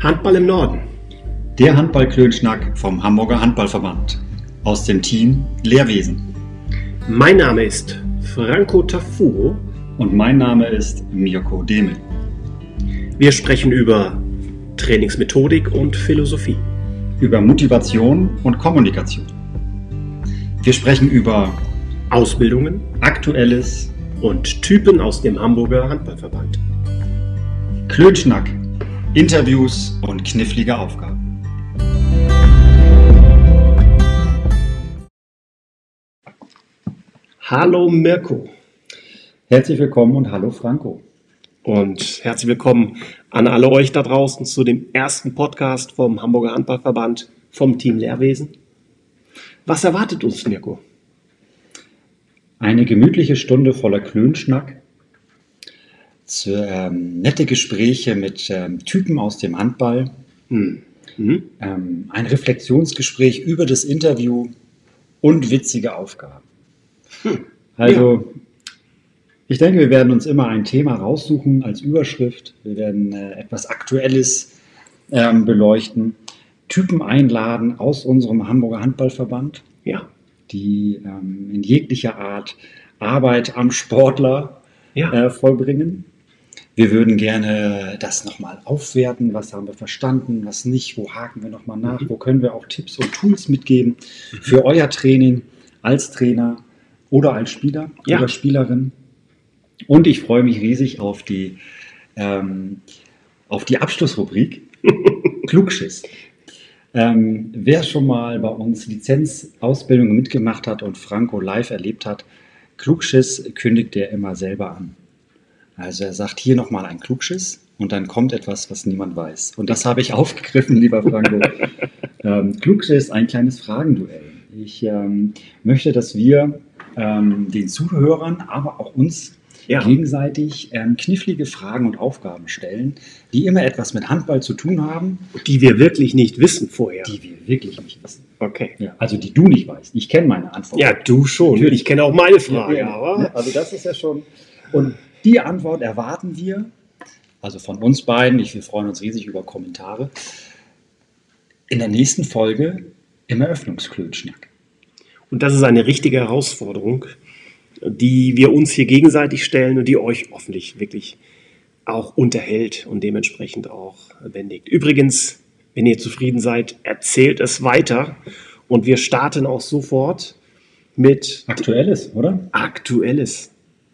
Handball im Norden. Der Handball-Klönschnack vom Hamburger Handballverband aus dem Team Lehrwesen. Mein Name ist Franco Tafuro. Und mein Name ist Mirko Demel. Wir sprechen über Trainingsmethodik und Philosophie. Über Motivation und Kommunikation. Wir sprechen über Ausbildungen, Aktuelles und Typen aus dem Hamburger Handballverband. Klönschnack, Interviews und knifflige Aufgaben. Hallo Mirko. Herzlich willkommen und hallo Franco. Und herzlich willkommen an alle euch da draußen zu dem ersten Podcast vom Hamburger Handballverband vom Team Lehrwesen. Was erwartet uns, Mirko? Eine gemütliche Stunde voller Klönschnack, nette Gespräche mit Typen aus dem Handball, ein Reflexionsgespräch über das Interview und witzige Aufgaben. Also, ich denke, wir werden uns immer ein Thema raussuchen als Überschrift. Wir werden etwas Aktuelles beleuchten, Typen einladen aus unserem Hamburger Handballverband. Ja. Die in jeglicher Art Arbeit am Sportler vollbringen. Wir würden gerne das nochmal aufwerten, was haben wir verstanden, was nicht, wo haken wir nochmal nach, wo können wir auch Tipps und Tools mitgeben für euer Training als Trainer oder als Spieler oder Spielerin. Und ich freue mich riesig auf die Abschlussrubrik Klugschiss. Wer schon mal bei uns Lizenzausbildungen mitgemacht hat und Franco live erlebt hat, Klugschiss kündigt er immer selber an. Also er sagt hier nochmal ein Klugschiss und dann kommt etwas, was niemand weiß. Und das habe ich aufgegriffen, lieber Franco. Klugschiss, ein kleines Fragenduell. Ich möchte, dass wir den Zuhörern, aber auch uns gegenseitig knifflige Fragen und Aufgaben stellen, die immer etwas mit Handball zu tun haben. Die wir wirklich nicht wissen vorher. Die wir wirklich nicht wissen. Okay. Ja, also die du nicht weißt. Ich kenne meine Antwort. Ja, du schon. Natürlich. Ich kenne auch meine Frage. Ja, also das ist ja schon... Und die Antwort erwarten wir, also von uns beiden, wir freuen uns riesig über Kommentare, in der nächsten Folge im Eröffnungsklönschnack. Und das ist eine richtige Herausforderung, die wir uns hier gegenseitig stellen und die euch hoffentlich wirklich auch unterhält und dementsprechend auch bändigt. Übrigens, wenn ihr zufrieden seid, erzählt es weiter und wir starten auch sofort mit Aktuelles, oder? Aktuelles.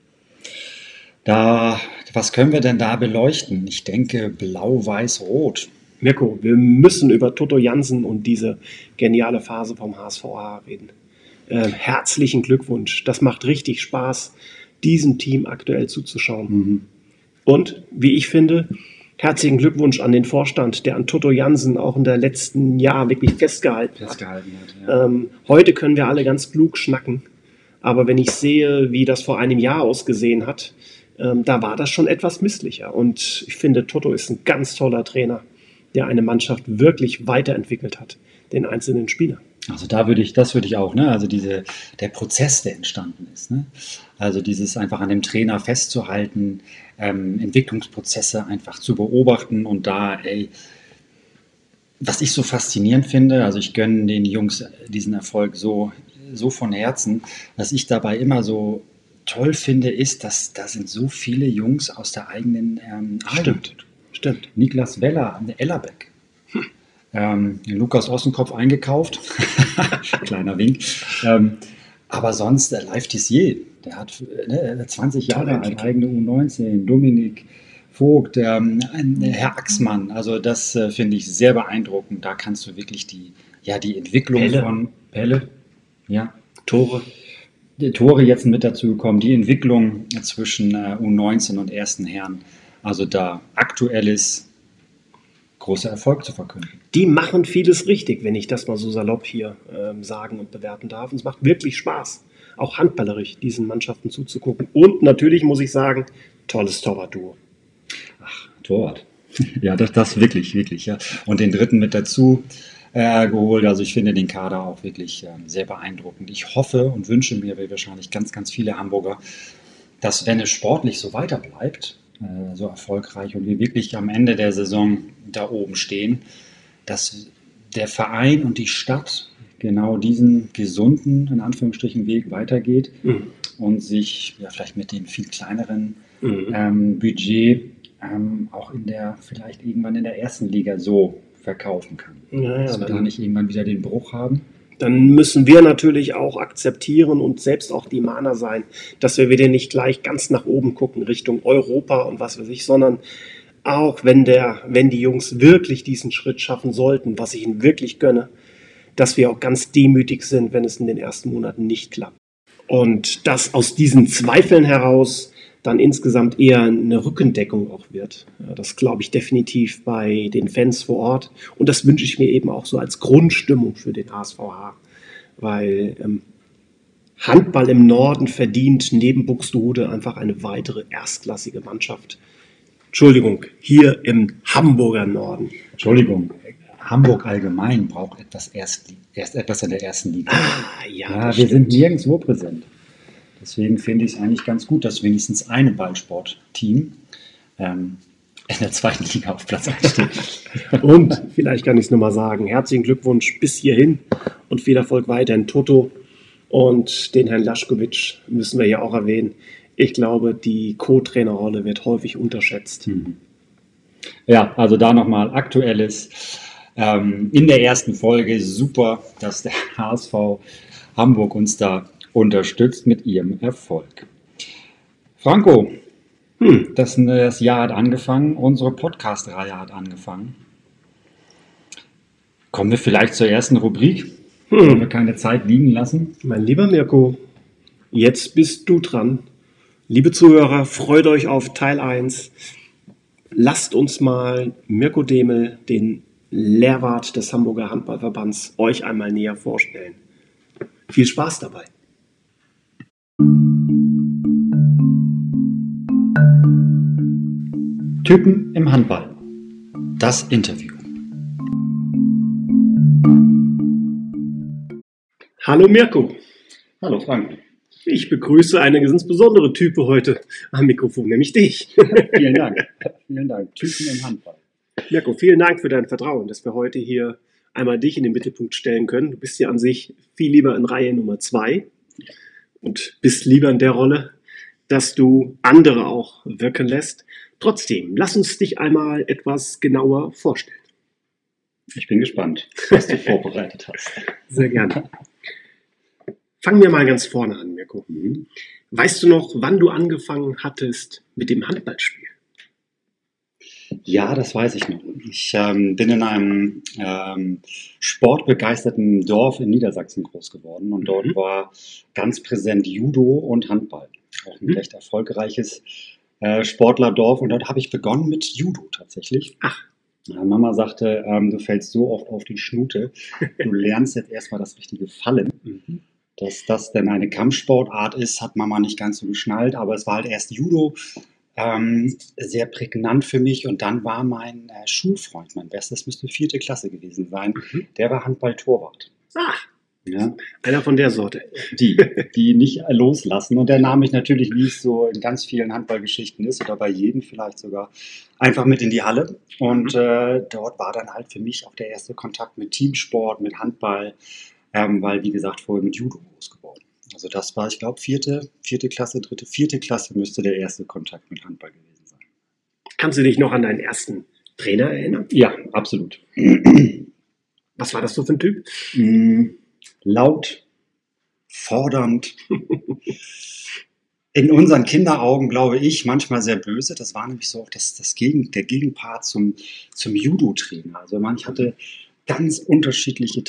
Was können wir denn da beleuchten? Ich denke blau, weiß, rot. Mirko, wir müssen über Toto Jansen und diese geniale Phase vom HSVA reden. Herzlichen Glückwunsch. Das macht richtig Spaß, diesem Team aktuell zuzuschauen. Und, wie ich finde, herzlichen Glückwunsch an den Vorstand, der an Toto Jansen auch in der letzten Jahr wirklich festgehalten hat. Ja. Heute können wir alle ganz klug schnacken. Aber wenn ich sehe, wie das vor einem Jahr ausgesehen hat, da war das schon etwas misslicher. Und ich finde, Toto ist ein ganz toller Trainer, der eine Mannschaft wirklich weiterentwickelt hat, den einzelnen Spieler. Also das würde ich auch, ne? Also der Prozess, der entstanden ist, ne? Also dieses einfach an dem Trainer festzuhalten, Entwicklungsprozesse einfach zu beobachten und was ich so faszinierend finde, also ich gönne den Jungs diesen Erfolg so von Herzen, was ich dabei immer so toll finde, ist, dass da sind so viele Jungs aus der eigenen Stimmt. Niklas Weller, Ellerbeck. Lukas Ossenkopf eingekauft. Kleiner Wink. Aber sonst Live Tissier, der hat 20 Jahre eine eigene U19. Dominik Vogt, Herr Axmann. Also das finde ich sehr beeindruckend. Da kannst du wirklich die Entwicklung von Pelle, Tore jetzt mit dazu gekommen, die Entwicklung zwischen U19 und ersten Herren. Also da Aktuelles, großer Erfolg zu verkünden. Die machen vieles richtig, wenn ich das mal so salopp hier sagen und bewerten darf. Und es macht wirklich Spaß, auch handballerisch diesen Mannschaften zuzugucken. Und natürlich muss ich sagen, tolles Torwart-Duo. Ach, Torwart. Ja, das wirklich, ja. Und den dritten mit dazu geholt. Also ich finde den Kader auch wirklich sehr beeindruckend. Ich hoffe und wünsche mir, wie wahrscheinlich ganz, ganz viele Hamburger, dass wenn es sportlich so weiter bleibt, so erfolgreich und wir wirklich am Ende der Saison da oben stehen, dass der Verein und die Stadt genau diesen gesunden, in Anführungsstrichen, Weg weitergeht und sich vielleicht mit dem viel kleineren Budget auch vielleicht irgendwann in der ersten Liga so verkaufen kann. Dass wir da nicht irgendwann wieder den Bruch haben. Dann müssen wir natürlich auch akzeptieren und selbst auch die Mahner sein, dass wir wieder nicht gleich ganz nach oben gucken, Richtung Europa und was weiß ich, sondern auch wenn die Jungs wirklich diesen Schritt schaffen sollten, was ich ihnen wirklich gönne, dass wir auch ganz demütig sind, wenn es in den ersten Monaten nicht klappt. Und dass aus diesen Zweifeln heraus dann insgesamt eher eine Rückendeckung auch wird. Ja, das glaube ich definitiv bei den Fans vor Ort. Und das wünsche ich mir eben auch so als Grundstimmung für den HSVH. Weil Handball im Norden verdient neben Buxtehude einfach eine weitere erstklassige Mannschaft. Entschuldigung, hier im Hamburger Norden. Entschuldigung, Hamburg allgemein braucht etwas etwas in der ersten Liga. Ja, wir sind nirgendwo präsent. Deswegen finde ich es eigentlich ganz gut, dass wenigstens ein Ballsportteam in der zweiten Liga auf Platz 1 steht. Und vielleicht kann ich es nochmal sagen, herzlichen Glückwunsch bis hierhin und viel Erfolg weiterhin, Toto. Und den Herrn Laschkowitsch müssen wir ja auch erwähnen. Ich glaube, die Co-Trainerrolle wird häufig unterschätzt. Ja, also da nochmal Aktuelles. In der ersten Folge super, dass der HSV Hamburg uns da unterstützt mit ihrem Erfolg. Franco, das Jahr hat angefangen, unsere Podcast-Reihe hat angefangen. Kommen wir vielleicht zur ersten Rubrik? Wollen wir keine Zeit liegen lassen? Mein lieber Mirko, jetzt bist du dran. Liebe Zuhörer, freut euch auf Teil 1. Lasst uns mal Mirko Demel, den Lehrwart des Hamburger Handballverbands, euch einmal näher vorstellen. Viel Spaß dabei. Typen im Handball. Das Interview. Hallo Mirko. Hallo Frank. Ich begrüße eine ganz besondere Type heute am Mikrofon, nämlich dich. Vielen Dank. Vielen Dank. Typen im Handball. Mirko, vielen Dank für dein Vertrauen, dass wir heute hier einmal dich in den Mittelpunkt stellen können. Du bist ja an sich viel lieber in Reihe Nummer 2 und bist lieber in der Rolle, dass du andere auch wirken lässt. Trotzdem, lass uns dich einmal etwas genauer vorstellen. Ich bin gespannt, was du vorbereitet hast. Sehr gerne. Fangen wir mal ganz vorne an, Mirko. Weißt du noch, wann du angefangen hattest mit dem Handballspiel? Ja, das weiß ich noch. Ich bin in einem sportbegeisterten Dorf in Niedersachsen groß geworden und dort war ganz präsent Judo und Handball. Auch ein recht erfolgreiches Sportlerdorf und dort habe ich begonnen mit Judo tatsächlich. Ach. Mama sagte, du fällst so oft auf die Schnute, du lernst jetzt erstmal das richtige Fallen. Dass das denn eine Kampfsportart ist, hat Mama nicht ganz so geschnallt, aber es war halt erst Judo, sehr prägnant für mich und dann war mein Schulfreund, mein Bestes müsste 4. Klasse gewesen sein, der war Handball-Torwart. Ach, ja. Einer von der Sorte. Die nicht loslassen und der nahm mich natürlich, wie es so in ganz vielen Handballgeschichten ist oder bei jedem vielleicht sogar, einfach mit in die Halle und dort war dann halt für mich auch der erste Kontakt mit Teamsport, mit Handball, weil wie gesagt vorher mit Judo groß geworden. Also das war, ich glaube, 4. Klasse müsste der erste Kontakt mit Handball gewesen sein. Kannst du dich noch an deinen ersten Trainer erinnern? Ja, absolut. Was war das so für ein Typ? Laut, fordernd, in unseren Kinderaugen, glaube ich, manchmal sehr böse. Das war nämlich so auch der Gegenpart zum Judo-Trainer. Also ich hatte ganz unterschiedliche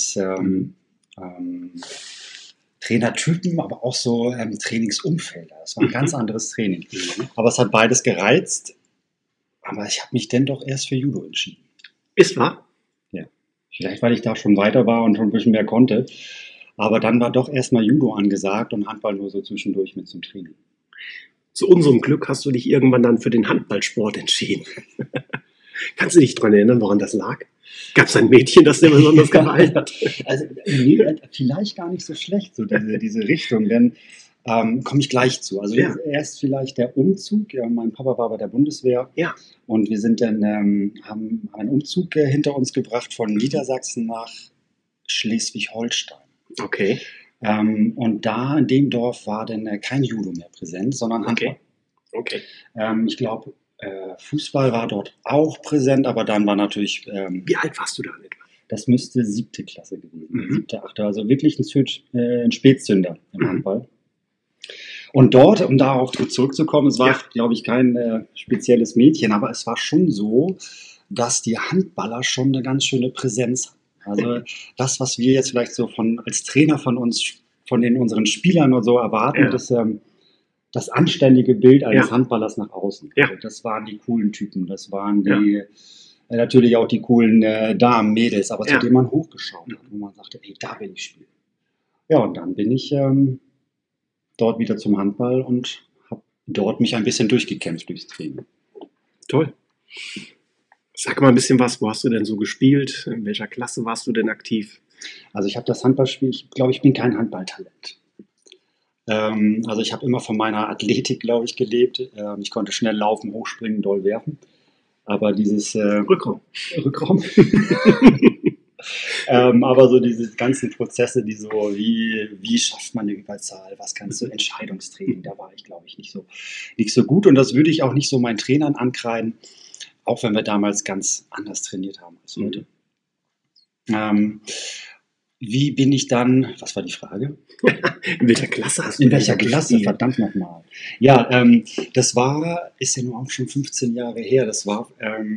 Trainertypen, aber auch so Trainingsumfelder. Das war ein ganz anderes Training. Aber es hat beides gereizt. Aber ich habe mich dann doch erst für Judo entschieden. Ist wahr? Ja. Vielleicht, weil ich da schon weiter war und schon ein bisschen mehr konnte. Aber dann war doch erstmal Judo angesagt und Handball nur so zwischendurch mit zum Training. Zu unserem Glück hast du dich irgendwann dann für den Handballsport entschieden. Kannst du dich daran erinnern, woran das lag? Gab es ein Mädchen, das dir besonders gefallen hat? Also, vielleicht gar nicht so schlecht, so diese Richtung, denn Komme ich gleich zu. Also erst vielleicht der Umzug. Ja, mein Papa war bei der Bundeswehr und wir sind dann, haben einen Umzug hinter uns gebracht von Niedersachsen nach Schleswig-Holstein. Okay. Und da in dem Dorf war dann kein Judo mehr präsent, sondern Handball. Okay. Ich glaube, Fußball war dort auch präsent, aber dann war natürlich... Wie alt warst du da etwa? Das müsste 7. Klasse gewesen sein, 7., 8., also wirklich ein Spätzünder im Handball. Und dort, um darauf zurückzukommen, es war, glaube ich, kein spezielles Mädchen, aber es war schon so, dass die Handballer schon eine ganz schöne Präsenz hatten. Also das, was wir jetzt vielleicht so als Trainer von uns, unseren Spielern oder so erwarten, das anständige Bild eines Handballers nach außen. Ja. Also das waren die coolen Typen, das waren die natürlich auch die coolen Damen, Mädels, aber zu denen man hochgeschaut hat, wo man sagte, ey, da will ich spielen. Ja, und dann bin ich dort wieder zum Handball und habe dort mich ein bisschen durchgekämpft durchs Training. Toll. Sag mal ein bisschen was, wo hast du denn so gespielt? In welcher Klasse warst du denn aktiv? Also ich habe das Handballspiel, ich glaube, ich bin kein Handballtalent. Also ich habe immer von meiner Athletik, glaube ich, gelebt. Ich konnte schnell laufen, hochspringen, doll werfen. Aber dieses Rückraum. Aber so diese ganzen Prozesse, die so, wie schafft man eine Überzahl, was kannst du, Entscheidungstraining, da war ich, glaube ich, nicht so gut. Und das würde ich auch nicht so meinen Trainern ankreiden, auch wenn wir damals ganz anders trainiert haben als heute. Wie bin ich dann, was war die Frage? In welcher Klasse hast du In welcher Klasse, verdammt nochmal. Ja, das ist ja nur auch schon 15 Jahre her, das war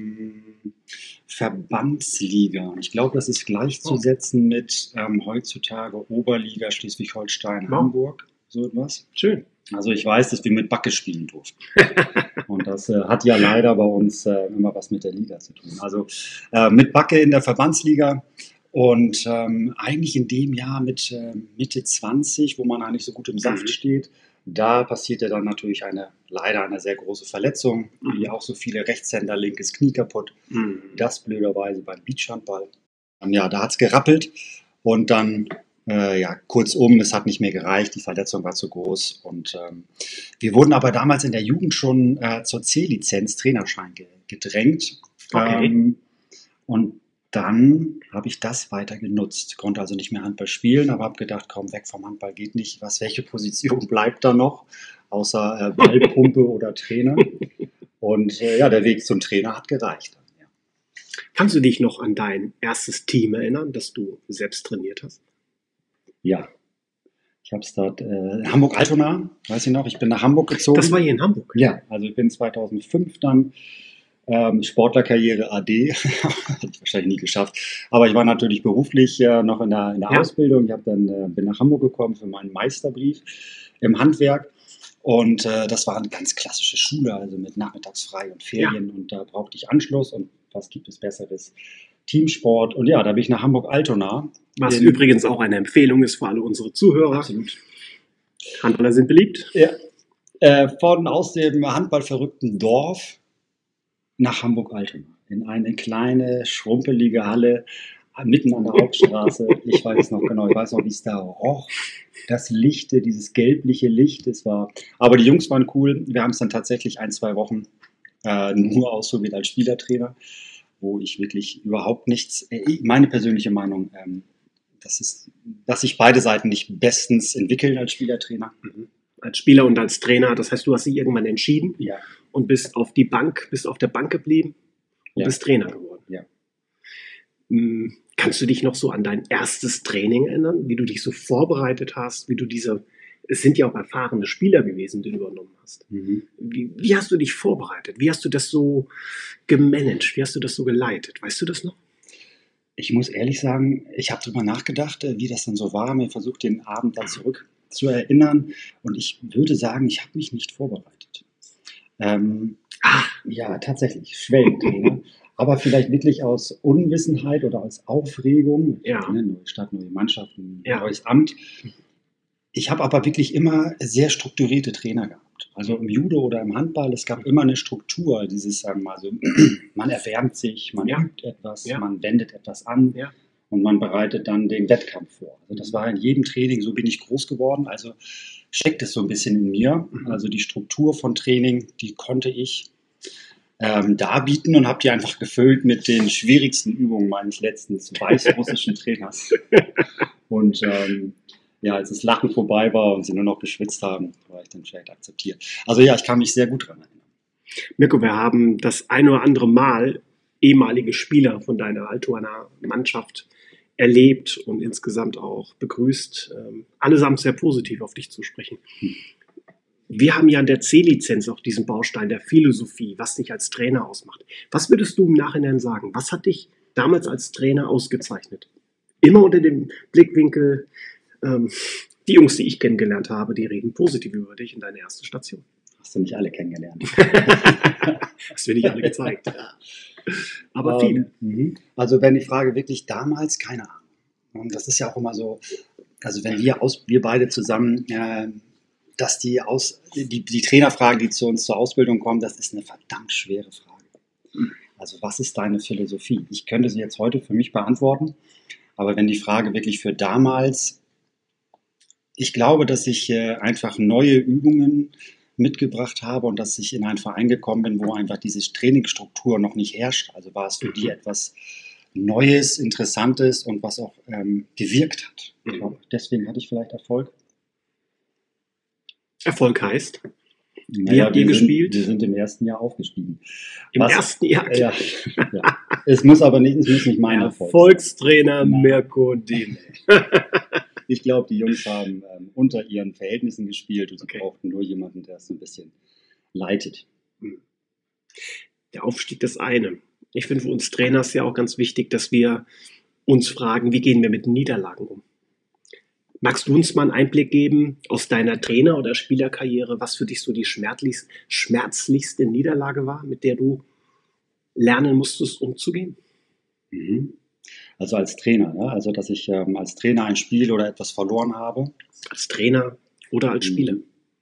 Verbandsliga. Ich glaube, das ist gleichzusetzen mit heutzutage Oberliga Schleswig-Holstein, Hamburg, so etwas. Schön. Also ich weiß, dass wir mit Backe spielen durften. Und das hat ja leider bei uns immer was mit der Liga zu tun. Also mit Backe in der Verbandsliga. Und eigentlich in dem Jahr mit Mitte 20, wo man eigentlich so gut im Saft steht, da passierte dann natürlich leider eine sehr große Verletzung, wie auch so viele Rechtshänder, linkes Knie kaputt. Das blöderweise beim Beachhandball. Da hat es gerappelt und dann, kurzum, es hat nicht mehr gereicht, die Verletzung war zu groß. Und wir wurden aber damals in der Jugend schon zur C-Lizenz Trainerschein gedrängt. Okay. Und dann habe ich das weiter genutzt, konnte also nicht mehr Handball spielen, aber habe gedacht, komm, weg vom Handball geht nicht. Welche Position bleibt da noch, außer Ballpumpe oder Trainer? Und der Weg zum Trainer hat gereicht. Ja. Kannst du dich noch an dein erstes Team erinnern, das du selbst trainiert hast? Ja, ich habe es dort, Hamburg-Altona, weiß ich noch, ich bin nach Hamburg gezogen. Das war hier in Hamburg? Ja, also ich bin 2005 dann Sportlerkarriere AD, hätte ich wahrscheinlich nie geschafft. Aber ich war natürlich beruflich noch in der Ausbildung. Ich bin nach Hamburg gekommen für meinen Meisterbrief im Handwerk. Und das war eine ganz klassische Schule, also mit nachmittagsfrei und Ferien. Und da brauchte ich Anschluss. Und was gibt es Besseres? Teamsport. Und da bin ich nach Hamburg-Altona. Was übrigens auch eine Empfehlung ist für alle unsere Zuhörer. Absolut. Handballer sind beliebt. Ja. Aus dem handballverrückten Dorf nach Hamburg-Altona, in eine kleine, schrumpelige Halle, mitten an der Hauptstraße. Ich weiß noch genau, wie es da roch. Das Licht, dieses gelbliche Licht, aber die Jungs waren cool. Wir haben es dann tatsächlich 1-2 Wochen nur ausprobiert als Spielertrainer, wo ich wirklich überhaupt nichts, meine persönliche Meinung, dass sich beide Seiten nicht bestens entwickeln als Spielertrainer. Als Spieler und als Trainer, das heißt, du hast dich irgendwann entschieden und bist auf der Bank geblieben und bist Trainer geworden. Ja. Kannst du dich noch so an dein erstes Training erinnern, wie du dich so vorbereitet hast, es sind ja auch erfahrene Spieler gewesen, die du übernommen hast. Wie hast du dich vorbereitet? Wie hast du das so gemanagt? Wie hast du das so geleitet? Weißt du das noch? Ich muss ehrlich sagen, ich habe darüber nachgedacht, wie das dann so war. Mir versucht, den Abend dann zurück zu erinnern. Und ich würde sagen, ich habe mich nicht vorbereitet. Ja, tatsächlich, Schwellentrainer. Aber vielleicht wirklich aus Unwissenheit oder aus Aufregung. Neue Stadt, neue Mannschaften, neues Amt. Ich habe aber wirklich immer sehr strukturierte Trainer gehabt. Also im Judo oder im Handball, es gab immer eine Struktur. Man erwärmt sich, man übt etwas, man wendet etwas an. Und man bereitet dann den Wettkampf vor. Also das war in jedem Training, so bin ich groß geworden. Also steckt es so ein bisschen in mir. Also die Struktur von Training, die konnte ich darbieten und habe die einfach gefüllt mit den schwierigsten Übungen meines letzten weißrussischen Trainers. Und ja, als das Lachen vorbei war und sie nur noch geschwitzt haben, war ich dann vielleicht akzeptiert. Also ja, ich kann mich sehr gut daran erinnern. Mirko, wir haben das ein oder andere Mal ehemalige Spieler von deiner Altona Mannschaft erlebt und insgesamt auch begrüßt. Allesamt sehr positiv auf dich zu sprechen. Wir haben ja in der C-Lizenz auch diesen Baustein der Philosophie, was dich als Trainer ausmacht. Was würdest du im Nachhinein sagen? Was hat dich damals als Trainer ausgezeichnet? Immer unter dem Blickwinkel, die Jungs, die ich kennengelernt habe, die reden positiv über dich in deiner ersten Station. Hast du nicht alle kennengelernt? Hast du mir nicht alle gezeigt. Ja. Aber viele. Also wenn ich frage, wirklich damals, keine Ahnung. Und das ist ja auch immer so, also wenn wir beide zusammen, dass die Trainerfragen, die zu uns zur Ausbildung kommen, das ist eine verdammt schwere Frage. Also was ist deine Philosophie? Ich könnte sie jetzt heute für mich beantworten, aber wenn die Frage wirklich für damals, ich glaube, dass ich einfach neue Übungen mitgebracht habe und dass ich in einen Verein gekommen bin, wo einfach diese Trainingsstruktur noch nicht herrscht. Also war es für die etwas Neues, Interessantes und was auch gewirkt hat. Ich glaube, deswegen hatte ich vielleicht Erfolg. Erfolg heißt? Wie habt ihr gespielt? Wir sind im ersten Jahr aufgestiegen. Im ersten Jahr? Ja. Es muss nicht mein Erfolg sein. Erfolgstrainer Mirko Dehne. Ich glaube, die Jungs haben unter ihren Verhältnissen gespielt und sie brauchten nur jemanden, der es so ein bisschen leitet. Der Aufstieg ist eine. Ich finde für uns Trainer ist ja auch ganz wichtig, dass wir uns fragen, wie gehen wir mit Niederlagen um? Magst du uns mal einen Einblick geben aus deiner Trainer- oder Spielerkarriere, was für dich so die schmerzlichste Niederlage war, mit der du lernen musstest, umzugehen? Also als Trainer, ne? Also dass ich als Trainer ein Spiel oder etwas verloren habe. Als Trainer oder als Spieler?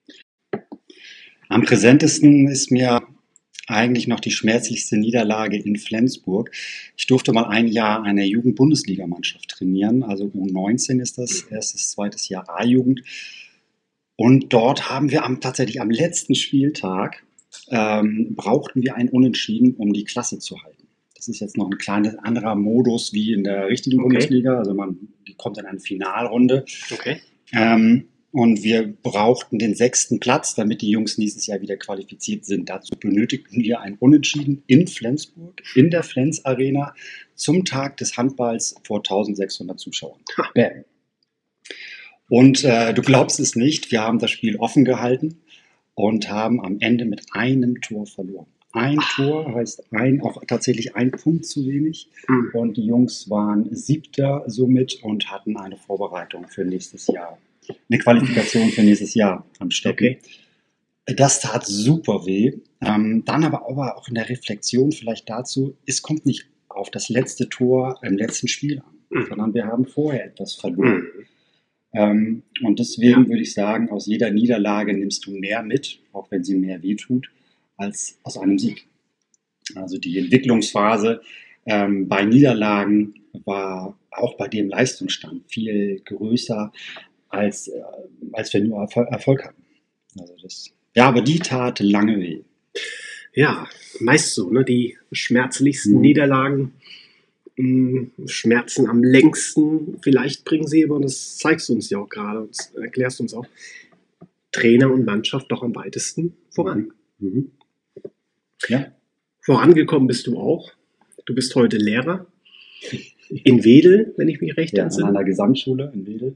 Am präsentesten ist mir eigentlich noch die schmerzlichste Niederlage in Flensburg. Ich durfte mal ein Jahr eine Jugend-Bundesligamannschaft trainieren, also U19 ist das, erstes, zweites Jahr A-Jugend. Und dort haben wir tatsächlich am letzten Spieltag brauchten wir ein Unentschieden, um die Klasse zu halten. Das ist jetzt noch ein kleiner anderer Modus wie in der richtigen Bundesliga. Also man kommt in eine Finalrunde. Und wir brauchten den 6. Platz, damit die Jungs nächstes Jahr wieder qualifiziert sind. Dazu benötigten wir ein Unentschieden in Flensburg, in der Flens Arena, zum Tag des Handballs vor 1600 Zuschauern. Bam. Und du glaubst es nicht, wir haben das Spiel offen gehalten und haben am Ende mit einem Tor verloren. Ein Tor heißt auch tatsächlich ein Punkt zu wenig. Und die Jungs waren 7. somit und hatten eine Vorbereitung für nächstes Jahr. Eine Qualifikation für nächstes Jahr am Stecken. Das tat super weh. Dann aber auch in der Reflexion vielleicht dazu, es kommt nicht auf das letzte Tor im letzten Spiel an, sondern wir haben vorher etwas verloren. Und deswegen würde ich sagen, aus jeder Niederlage nimmst du mehr mit, auch wenn sie mehr wehtut, als aus einem Sieg. Also die Entwicklungsphase bei Niederlagen war auch bei dem Leistungsstand viel größer, als wir nur Erfolg hatten. Also aber die tat lange weh. Ja, meist so, ne? Die schmerzlichsten Niederlagen schmerzen am längsten. Vielleicht bringen sie aber, und das zeigst du uns ja auch gerade und erklärst uns auch, Trainer und Mannschaft doch am weitesten voran. Ja. Vorangekommen bist du auch. Du bist heute Lehrer in Wedel, wenn ich mich recht entsinne. An einer Gesamtschule in Wedel.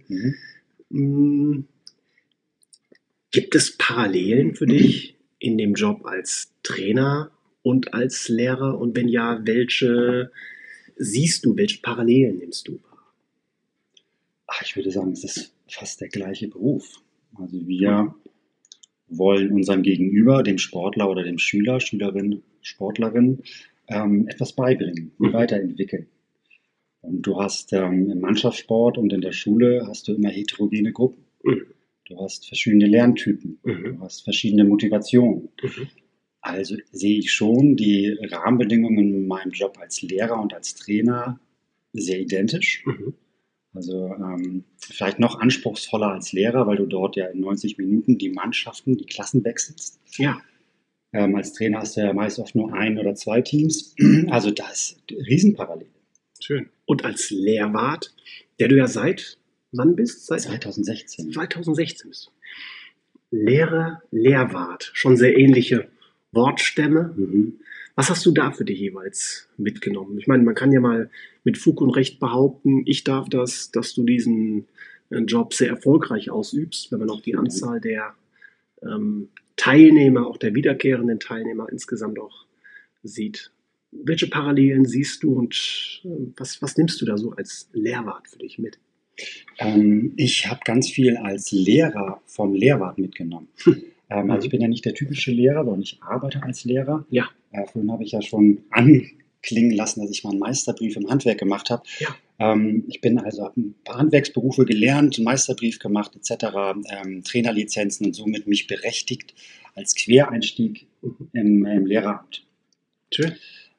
Gibt es Parallelen für dich in dem Job als Trainer und als Lehrer? Und wenn ja, welche siehst du, welche Parallelen nimmst du wahr? Ich würde sagen, es ist fast der gleiche Beruf. Also wir wollen unserem Gegenüber, dem Sportler oder dem Schüler, Schülerin, Sportlerin, etwas beibringen, weiterentwickeln. Und du hast im Mannschaftssport und in der Schule hast du immer heterogene Gruppen. Du hast verschiedene Lerntypen, du hast verschiedene Motivationen. Also sehe ich schon die Rahmenbedingungen in meinem Job als Lehrer und als Trainer sehr identisch. Also vielleicht noch anspruchsvoller als Lehrer, weil du dort ja in 90 Minuten die Mannschaften, die Klassen wechselst. Ja, Als Trainer hast du ja meist oft nur ein oder zwei Teams. Also da ist Riesenparallel. schön. Und als Lehrwart, der du ja seit wann bist? Seit 2016. 2016 bist du. Lehrer, Lehrwart, schon sehr ähnliche Wortstämme. Mhm. Was hast du da für dich jeweils mitgenommen? Ich meine, man kann ja mal mit Fug und Recht behaupten, ich darf das, dass du diesen Job sehr erfolgreich ausübst, wenn man auch die Anzahl der Teilnehmer, auch der wiederkehrenden Teilnehmer insgesamt auch sieht. Welche Parallelen siehst du und was nimmst du da so als Lehrwart für dich mit? Ich habe ganz viel als Lehrer vom Lehrwart mitgenommen. Also ich bin ja nicht der typische Lehrer, sondern ich arbeite als Lehrer. Ja. Vorhin habe ich ja schon anklingen lassen, dass ich mal einen Meisterbrief im Handwerk gemacht habe. Ja. Ich bin also, habe ein paar Handwerksberufe gelernt, einen Meisterbrief gemacht etc., Trainerlizenzen und somit mich berechtigt als Quereinstieg im Lehreramt Schön.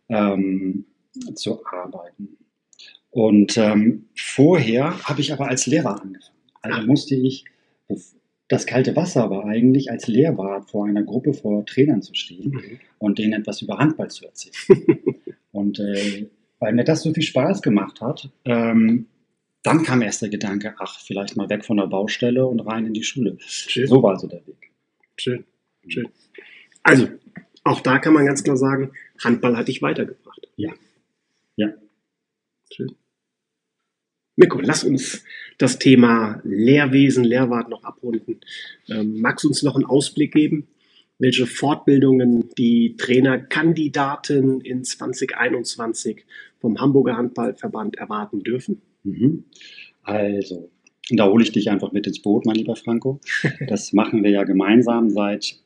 zu arbeiten. Und vorher habe ich aber als Lehrer angefangen. Also musste ich, das kalte Wasser war eigentlich als Lehrwart vor einer Gruppe vor Trainern zu stehen und denen etwas über Handball zu erzählen. Und weil mir das so viel Spaß gemacht hat, dann kam erst der Gedanke, ach, vielleicht mal weg von der Baustelle und rein in die Schule. Schön. So war so der Weg. Schön, schön. Also, auch da kann man ganz klar sagen, Handball hat dich weitergebracht. Ja. Ja. Schön. Mirko, lass uns das Thema Lehrwesen, Lehrwart noch abrunden. Magst du uns noch einen Ausblick geben, welche Fortbildungen die Trainerkandidaten in 2021 vom Hamburger Handballverband erwarten dürfen? Also, da hole ich dich einfach mit ins Boot, mein lieber Franco. Das machen wir ja gemeinsam seit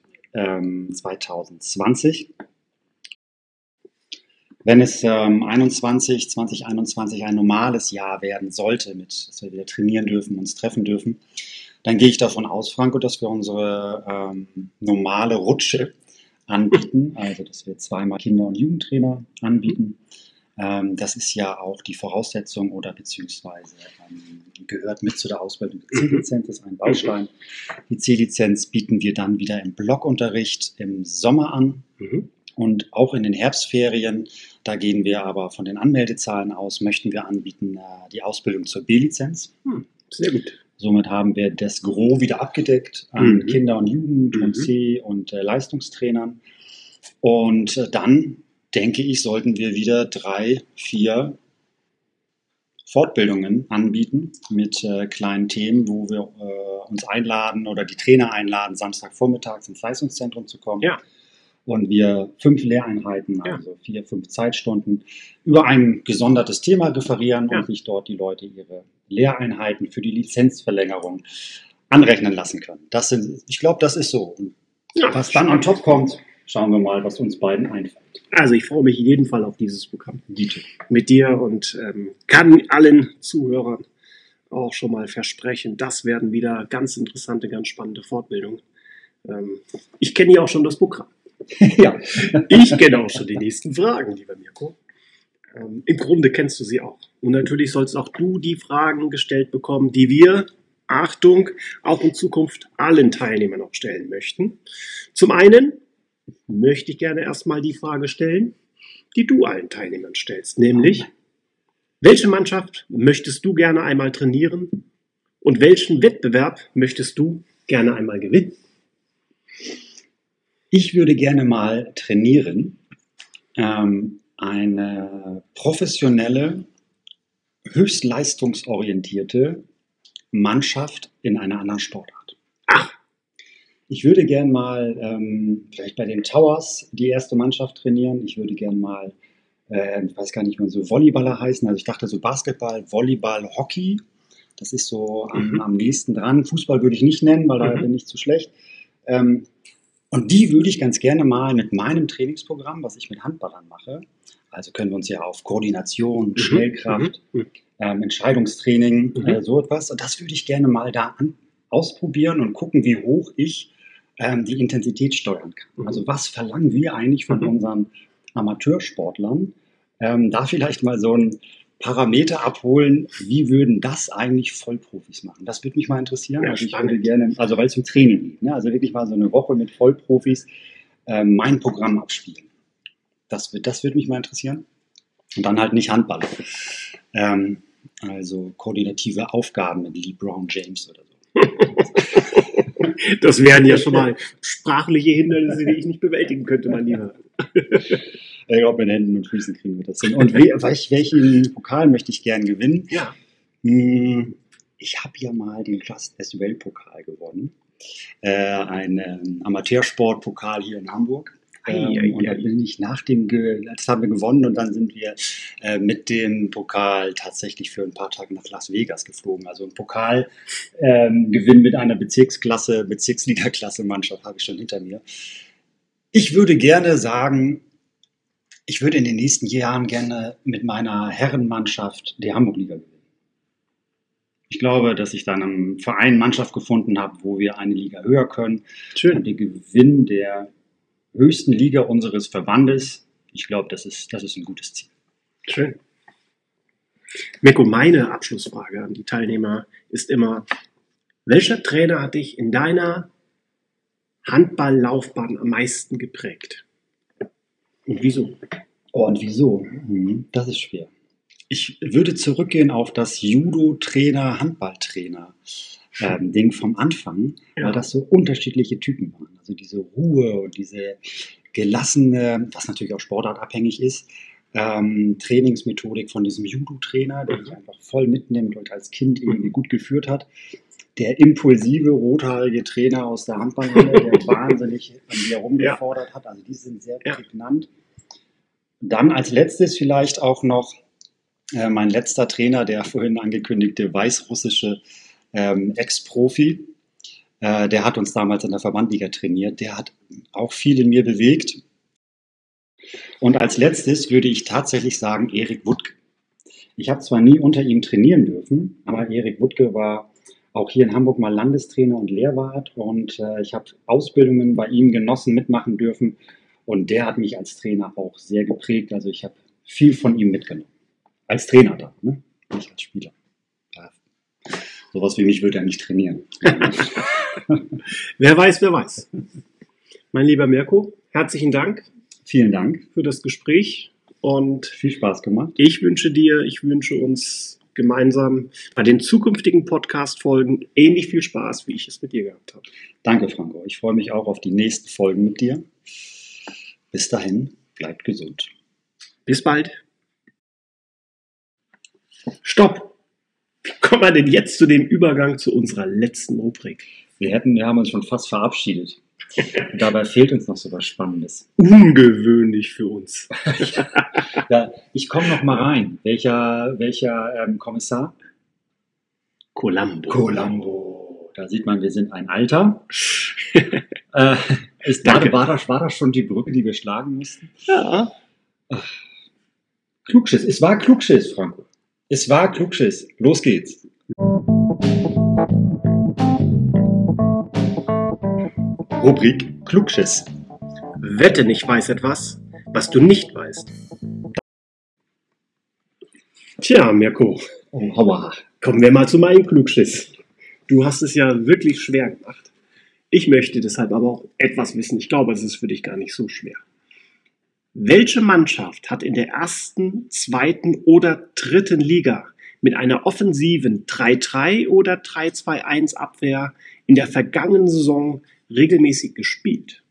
2020. Wenn es 2021 ein normales Jahr werden sollte, dass wir wieder trainieren dürfen, uns treffen dürfen, dann gehe ich davon aus, Franco, dass wir unsere normale Rutsche anbieten, also dass wir zweimal Kinder- und Jugendtrainer anbieten. Das ist ja auch die Voraussetzung oder beziehungsweise gehört mit zu der Ausbildung der C-Lizenz, das ist ein Baustein. Die C-Lizenz bieten wir dann wieder im Blockunterricht im Sommer an. Und auch in den Herbstferien, da gehen wir aber von den Anmeldezahlen aus, möchten wir anbieten die Ausbildung zur B-Lizenz. Sehr gut. Somit haben wir das Gros wieder abgedeckt an Kinder- und Jugend- und C- und Leistungstrainern. Und dann, denke ich, sollten wir wieder 3, 4 Fortbildungen anbieten mit kleinen Themen, wo wir uns einladen oder die Trainer einladen, Samstagvormittags ins Leistungszentrum zu kommen. Ja. Und wir 5 Lehreinheiten, also 4, 5 Zeitstunden, über ein gesondertes Thema referieren und sich dort die Leute ihre Lehreinheiten für die Lizenzverlängerung anrechnen lassen können. Ich glaube, das ist so. Und was dann on top kommt, schauen wir mal, was uns beiden einfällt. Also ich freue mich in jedem Fall auf dieses Programm Dito. mit dir und kann allen Zuhörern auch schon mal versprechen, das werden wieder ganz interessante, ganz spannende Fortbildungen. Ich kenne ja auch schon das Programm. Ja. Ich kenne auch schon die nächsten Fragen, lieber Mirko. Im Grunde kennst du sie auch. Und natürlich sollst auch du die Fragen gestellt bekommen, die wir, Achtung, auch in Zukunft allen Teilnehmern auch stellen möchten. Zum einen möchte ich gerne erstmal die Frage stellen, die du allen Teilnehmern stellst, nämlich, welche Mannschaft möchtest du gerne einmal trainieren und welchen Wettbewerb möchtest du gerne einmal gewinnen? Ich würde gerne mal trainieren, eine professionelle, höchst leistungsorientierte Mannschaft in einer anderen Sportart. Ich würde gerne mal vielleicht bei den Towers die erste Mannschaft trainieren. Ich würde gerne mal, ich weiß gar nicht, wie so Volleyballer heißen. Also ich dachte so Basketball, Volleyball, Hockey. Das ist so am nächsten dran. Fußball würde ich nicht nennen, weil da bin ich zu schlecht. Und die würde ich ganz gerne mal mit meinem Trainingsprogramm, was ich mit Handballern mache, also können wir uns ja auf Koordination, Schnellkraft, Entscheidungstraining, so etwas, und das würde ich gerne mal da ausprobieren und gucken, wie hoch ich die Intensität steuern kann. Also was verlangen wir eigentlich von unseren Amateursportlern? Da vielleicht mal so ein Parameter abholen, wie würden das eigentlich Vollprofis machen? Das würde mich mal interessieren. Ja, also ich spannend. würde gerne, also weil es um Training geht, ne? Also wirklich mal so eine Woche mit Vollprofis mein Programm abspielen. Das würde mich mal interessieren. Und dann halt nicht Handball. Also koordinative Aufgaben mit LeBron James oder so. Das wären ja schon mal sprachliche Hindernisse, die ich nicht bewältigen könnte, mein Lieber. Ich glaube, mit Händen und Füßen kriegen wir das hin. Und welchen Pokal möchte ich gern gewinnen? Ja. Ich habe ja mal den Just as Well Pokal gewonnen. Ein Amateursportpokal hier in Hamburg. Und da bin ich das haben wir gewonnen und dann sind wir mit dem Pokal tatsächlich für ein paar Tage nach Las Vegas geflogen. Also ein Pokalgewinn mit einer Bezirksliga-Klasse-Mannschaft habe ich schon hinter mir. Ich würde gerne sagen, ich würde in den nächsten Jahren gerne mit meiner Herrenmannschaft die Hamburg-Liga gewinnen. Ich glaube, dass ich dann am Verein Mannschaft gefunden habe, wo wir eine Liga höher können. Schön. Und den Gewinn der höchsten Liga unseres Verbandes, ich glaube, das ist ein gutes Ziel. Schön. Mirko, meine Abschlussfrage an die Teilnehmer ist immer, welcher Trainer hat dich in deiner Handballlaufbahn am meisten geprägt? Und wieso? Oh, und wieso? Das ist schwer. Ich würde zurückgehen auf das Judo-Trainer, Handballtrainer-Ding vom Anfang, weil das so unterschiedliche Typen waren. Also diese Ruhe und diese gelassene, was natürlich auch sportartabhängig ist, Trainingsmethodik von diesem Judo-Trainer, der dich einfach voll mitnimmt und als Kind irgendwie gut geführt hat. Der impulsive, rothaarige Trainer aus der Handballhalle, der wahnsinnig an dir rumgefordert hat. Also die sind sehr prägnant. Dann als letztes vielleicht auch noch mein letzter Trainer, der vorhin angekündigte weißrussische Ex-Profi. Der hat uns damals in der Verbandliga trainiert. Der hat auch viel in mir bewegt. Und als letztes würde ich tatsächlich sagen Erik Wuttke. Ich habe zwar nie unter ihm trainieren dürfen, aber Erik Wuttke war auch hier in Hamburg mal Landestrainer und Lehrwart. Und ich habe Ausbildungen bei ihm genossen, mitmachen dürfen. Und der hat mich als Trainer auch sehr geprägt. Also ich habe viel von ihm mitgenommen. Als Trainer da, ne? Nicht als Spieler. Ja. Sowas wie mich würde er nicht trainieren. Wer weiß. Mein lieber Mirko, herzlichen Dank. Vielen Dank für das Gespräch und viel Spaß gemacht. Ich wünsche uns gemeinsam bei den zukünftigen Podcast-Folgen ähnlich viel Spaß, wie ich es mit dir gehabt habe. Danke, Franco. Ich freue mich auch auf die nächsten Folgen mit dir. Bis dahin, bleibt gesund. Bis bald. Stopp! Wie kommen wir denn jetzt zu dem Übergang zu unserer letzten Rubrik? Wir haben uns schon fast verabschiedet. Dabei fehlt uns noch so was Spannendes. Ungewöhnlich für uns. Ja, ich komme noch mal rein. Welcher Kommissar? Columbo. Da sieht man, wir sind ein Alter. War das schon die Brücke, die wir schlagen mussten? Ja. Klugschiss. Es war Klugschiss, Franco. Es war Klugschiss. Los geht's. Rubrik Klugschiss. Wette, ich weiß etwas, was du nicht weißt. Tja, Mirko. Oh, hauer. Kommen wir mal zu meinem Klugschiss. Du hast es ja wirklich schwer gemacht. Ich möchte deshalb aber auch etwas wissen. Ich glaube, es ist für dich gar nicht so schwer. Welche Mannschaft hat in der ersten, zweiten oder dritten Liga mit einer offensiven 3-3 oder 3-2-1 Abwehr in der vergangenen Saison regelmäßig gespielt?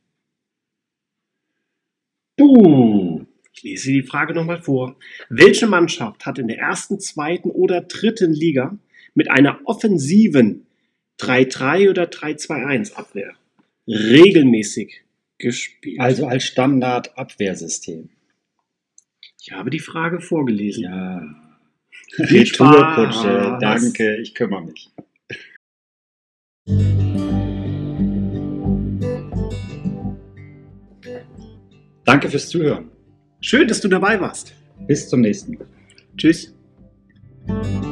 Ich lese die Frage nochmal vor. Welche Mannschaft hat in der ersten, zweiten oder dritten Liga mit einer offensiven 3-3 oder 3-2-1 Abwehr regelmäßig gespielt? Also als Standard-Abwehrsystem. Ich habe die Frage vorgelesen. Ja. Retourkutsche, danke, ich kümmere mich. Danke fürs Zuhören. Schön, dass du dabei warst. Bis zum nächsten Mal. Tschüss.